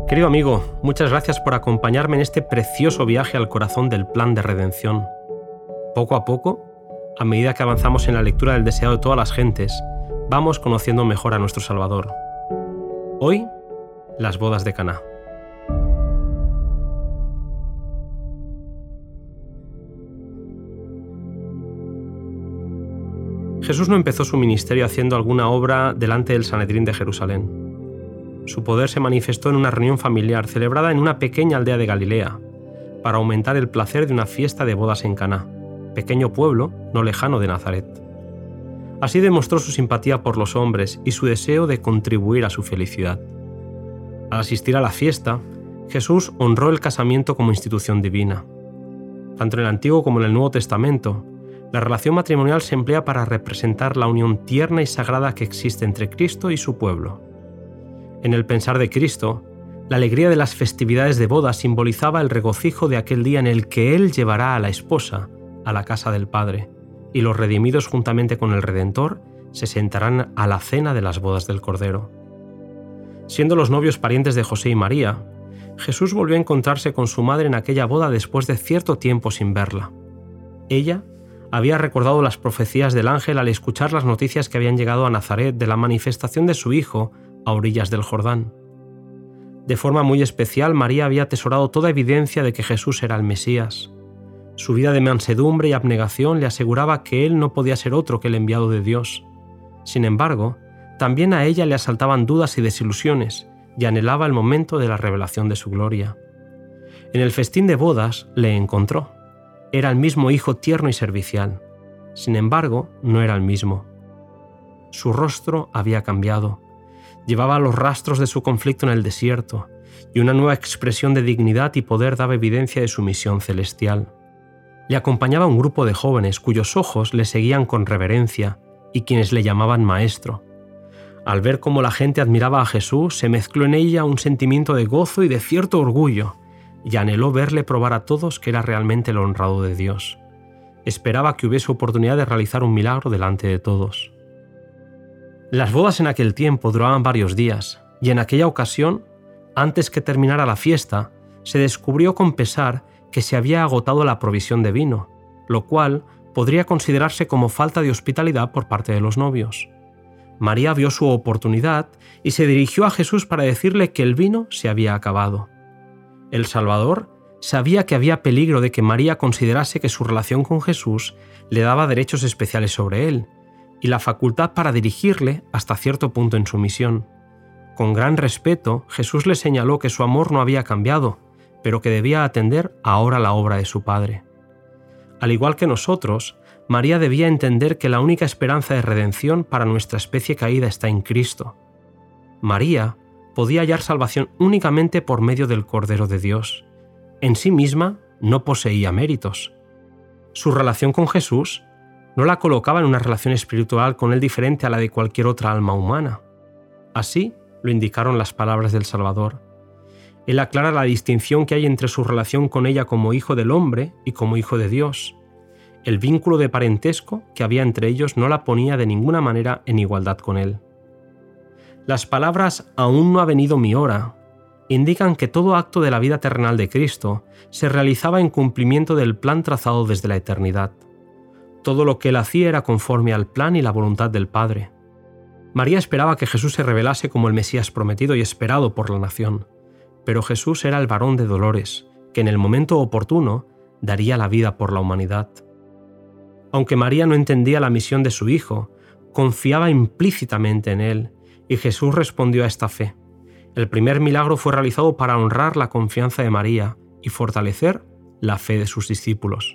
Querido amigo, muchas gracias por acompañarme en este precioso viaje al corazón del plan de redención. Poco a poco, a medida que avanzamos en la lectura del deseado de todas las gentes, vamos conociendo mejor a nuestro Salvador. Hoy, las bodas de Caná. Jesús no empezó su ministerio haciendo alguna obra delante del Sanedrín de Jerusalén. Su poder se manifestó en una reunión familiar celebrada en una pequeña aldea de Galilea, para aumentar el placer de una fiesta de bodas en Caná, pequeño pueblo no lejano de Nazaret. Así demostró su simpatía por los hombres y su deseo de contribuir a su felicidad. Al asistir a la fiesta, Jesús honró el casamiento como institución divina. Tanto en el Antiguo como en el Nuevo Testamento, la relación matrimonial se emplea para representar la unión tierna y sagrada que existe entre Cristo y su pueblo. En el pensar de Cristo, la alegría de las festividades de boda simbolizaba el regocijo de aquel día en el que Él llevará a la esposa a la casa del Padre, y los redimidos juntamente con el Redentor se sentarán a la cena de las bodas del Cordero. Siendo los novios parientes de José y María, Jesús volvió a encontrarse con su madre en aquella boda después de cierto tiempo sin verla. Ella había recordado las profecías del ángel al escuchar las noticias que habían llegado a Nazaret de la manifestación de su hijo a orillas del Jordán. De forma muy especial, María había atesorado toda evidencia de que Jesús era el Mesías. Su vida de mansedumbre y abnegación le aseguraba que él no podía ser otro que el enviado de Dios. Sin embargo, también a ella le asaltaban dudas y desilusiones, y anhelaba el momento de la revelación de su gloria. En el festín de bodas le encontró. Era el mismo hijo tierno y servicial. Sin embargo, no era el mismo. Su rostro había cambiado. Llevaba los rastros de su conflicto en el desierto, y una nueva expresión de dignidad y poder daba evidencia de su misión celestial. Le acompañaba un grupo de jóvenes cuyos ojos le seguían con reverencia y quienes le llamaban maestro. Al ver cómo la gente admiraba a Jesús, se mezcló en ella un sentimiento de gozo y de cierto orgullo, y anheló verle probar a todos que era realmente el honrado de Dios. Esperaba que hubiese oportunidad de realizar un milagro delante de todos. Las bodas en aquel tiempo duraban varios días, y en aquella ocasión, antes que terminara la fiesta, se descubrió con pesar que se había agotado la provisión de vino, lo cual podría considerarse como falta de hospitalidad por parte de los novios. María vio su oportunidad y se dirigió a Jesús para decirle que el vino se había acabado. El Salvador sabía que había peligro de que María considerase que su relación con Jesús le daba derechos especiales sobre él, y la facultad para dirigirle hasta cierto punto en su misión. Con gran respeto, Jesús le señaló que su amor no había cambiado, pero que debía atender ahora la obra de su Padre. Al igual que nosotros, María debía entender que la única esperanza de redención para nuestra especie caída está en Cristo. María podía hallar salvación únicamente por medio del Cordero de Dios. En sí misma no poseía méritos. Su relación con Jesús no la colocaba en una relación espiritual con él diferente a la de cualquier otra alma humana. Así lo indicaron las palabras del Salvador. Él aclara la distinción que hay entre su relación con ella como hijo del hombre y como hijo de Dios. El vínculo de parentesco que había entre ellos no la ponía de ninguna manera en igualdad con él. Las palabras «aún no ha venido mi hora» indican que todo acto de la vida terrenal de Cristo se realizaba en cumplimiento del plan trazado desde la eternidad. Todo lo que él hacía era conforme al plan y la voluntad del Padre. María esperaba que Jesús se revelase como el Mesías prometido y esperado por la nación, pero Jesús era el varón de dolores, que en el momento oportuno daría la vida por la humanidad. Aunque María no entendía la misión de su hijo, confiaba implícitamente en él, y Jesús respondió a esta fe. El primer milagro fue realizado para honrar la confianza de María y fortalecer la fe de sus discípulos.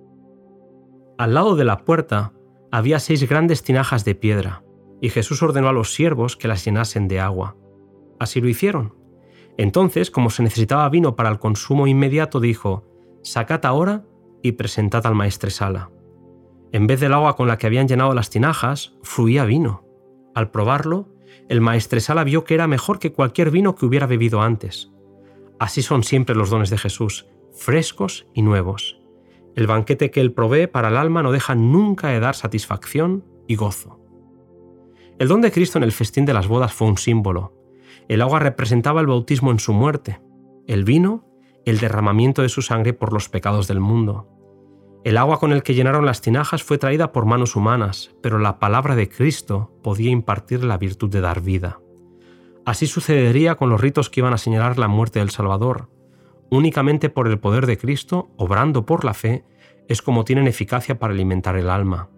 Al lado de la puerta había 6 grandes tinajas de piedra, y Jesús ordenó a los siervos que las llenasen de agua. Así lo hicieron. Entonces, como se necesitaba vino para el consumo inmediato, dijo: «Sacad ahora y presentad al maestresala». En vez del agua con la que habían llenado las tinajas, fluía vino. Al probarlo, el maestresala vio que era mejor que cualquier vino que hubiera bebido antes. Así son siempre los dones de Jesús, frescos y nuevos. El banquete que él provee para el alma no deja nunca de dar satisfacción y gozo. El don de Cristo en el festín de las bodas fue un símbolo. El agua representaba el bautismo en su muerte, el vino, el derramamiento de su sangre por los pecados del mundo. El agua con el que llenaron las tinajas fue traída por manos humanas, pero la palabra de Cristo podía impartir la virtud de dar vida. Así sucedería con los ritos que iban a señalar la muerte del Salvador. Únicamente por el poder de Cristo, obrando por la fe, es como tienen eficacia para alimentar el alma.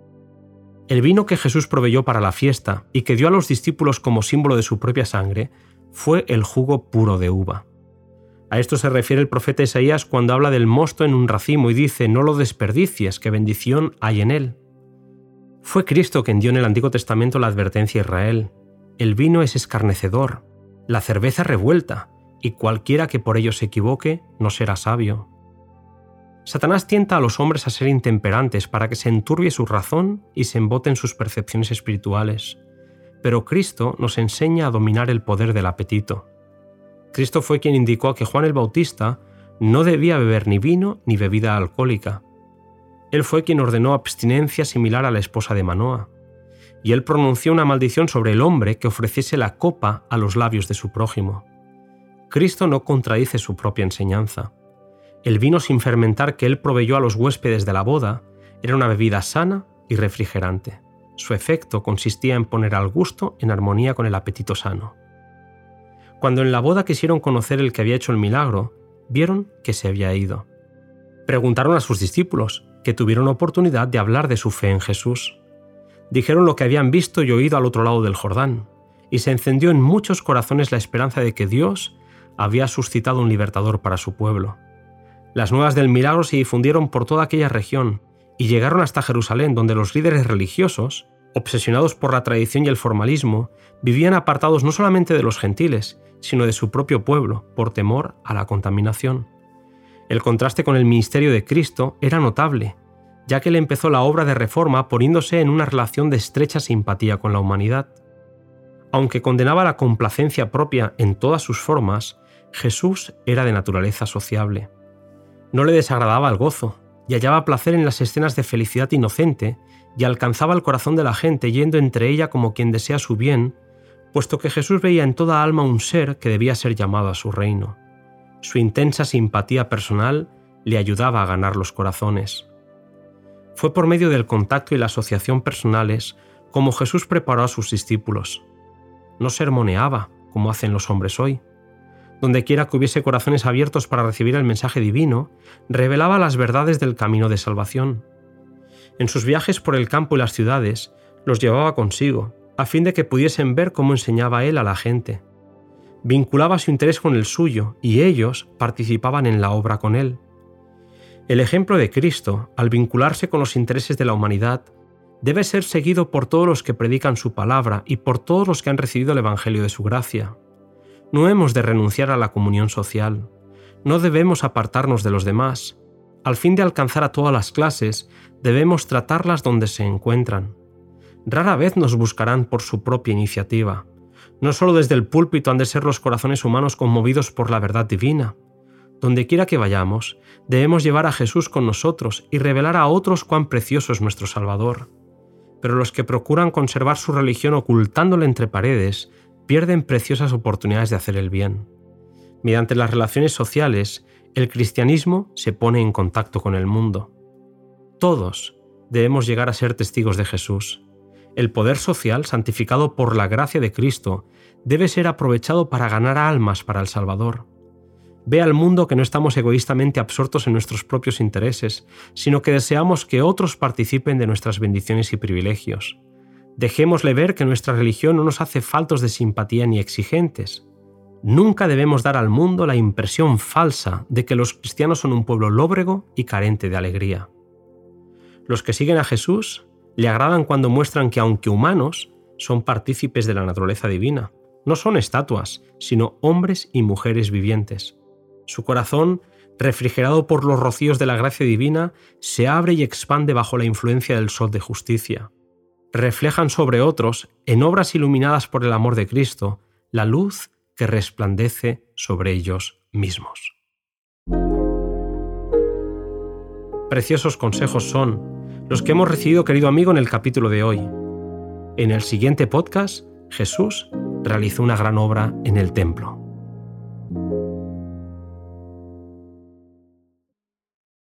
El vino que Jesús proveyó para la fiesta y que dio a los discípulos como símbolo de su propia sangre fue el jugo puro de uva. A esto se refiere el profeta Isaías cuando habla del mosto en un racimo y dice: «No lo desperdicies, que bendición hay en él». Fue Cristo quien dio en el Antiguo Testamento la advertencia a Israel: «El vino es escarnecedor, la cerveza revuelta, y cualquiera que por ello se equivoque no será sabio». Satanás tienta a los hombres a ser intemperantes para que se enturbie su razón y se emboten sus percepciones espirituales. Pero Cristo nos enseña a dominar el poder del apetito. Cristo fue quien indicó que Juan el Bautista no debía beber ni vino ni bebida alcohólica. Él fue quien ordenó abstinencia similar a la esposa de Manoa. Y él pronunció una maldición sobre el hombre que ofreciese la copa a los labios de su prójimo. Cristo no contradice su propia enseñanza. El vino sin fermentar que él proveyó a los huéspedes de la boda era una bebida sana y refrigerante. Su efecto consistía en poner al gusto en armonía con el apetito sano. Cuando en la boda quisieron conocer el que había hecho el milagro, vieron que se había ido. Preguntaron a sus discípulos, que tuvieron oportunidad de hablar de su fe en Jesús. Dijeron lo que habían visto y oído al otro lado del Jordán, y se encendió en muchos corazones la esperanza de que Dios había suscitado un libertador para su pueblo. Las nuevas del milagro se difundieron por toda aquella región y llegaron hasta Jerusalén, donde los líderes religiosos, obsesionados por la tradición y el formalismo, vivían apartados no solamente de los gentiles, sino de su propio pueblo, por temor a la contaminación. El contraste con el ministerio de Cristo era notable, ya que él empezó la obra de reforma poniéndose en una relación de estrecha simpatía con la humanidad. Aunque condenaba la complacencia propia en todas sus formas, Jesús era de naturaleza sociable. No le desagradaba el gozo, y hallaba placer en las escenas de felicidad inocente, y alcanzaba el corazón de la gente yendo entre ella como quien desea su bien, puesto que Jesús veía en toda alma un ser que debía ser llamado a su reino. Su intensa simpatía personal le ayudaba a ganar los corazones. Fue por medio del contacto y la asociación personales como Jesús preparó a sus discípulos. No sermoneaba, como hacen los hombres hoy. Dondequiera que hubiese corazones abiertos para recibir el mensaje divino, revelaba las verdades del camino de salvación. En sus viajes por el campo y las ciudades, los llevaba consigo, a fin de que pudiesen ver cómo enseñaba él a la gente. Vinculaba su interés con el suyo, y ellos participaban en la obra con él. El ejemplo de Cristo, al vincularse con los intereses de la humanidad, debe ser seguido por todos los que predican su palabra y por todos los que han recibido el Evangelio de su gracia. No hemos de renunciar a la comunión social. No debemos apartarnos de los demás. Al fin de alcanzar a todas las clases, debemos tratarlas donde se encuentran. Rara vez nos buscarán por su propia iniciativa. No solo desde el púlpito han de ser los corazones humanos conmovidos por la verdad divina. Dondequiera que vayamos, debemos llevar a Jesús con nosotros y revelar a otros cuán precioso es nuestro Salvador. Pero los que procuran conservar su religión ocultándola entre paredes, pierden preciosas oportunidades de hacer el bien. Mediante las relaciones sociales, el cristianismo se pone en contacto con el mundo. Todos debemos llegar a ser testigos de Jesús. El poder social, santificado por la gracia de Cristo, debe ser aprovechado para ganar almas para el Salvador. Ve al mundo que no estamos egoístamente absortos en nuestros propios intereses, sino que deseamos que otros participen de nuestras bendiciones y privilegios. Dejémosle ver que nuestra religión no nos hace faltos de simpatía ni exigentes. Nunca debemos dar al mundo la impresión falsa de que los cristianos son un pueblo lóbrego y carente de alegría. Los que siguen a Jesús le agradan cuando muestran que, aunque humanos, son partícipes de la naturaleza divina. No son estatuas, sino hombres y mujeres vivientes. Su corazón, refrigerado por los rocíos de la gracia divina, se abre y expande bajo la influencia del sol de justicia. Reflejan sobre otros, en obras iluminadas por el amor de Cristo, la luz que resplandece sobre ellos mismos. Preciosos consejos son los que hemos recibido, querido amigo, en el capítulo de hoy. En el siguiente podcast, Jesús realizó una gran obra en el templo.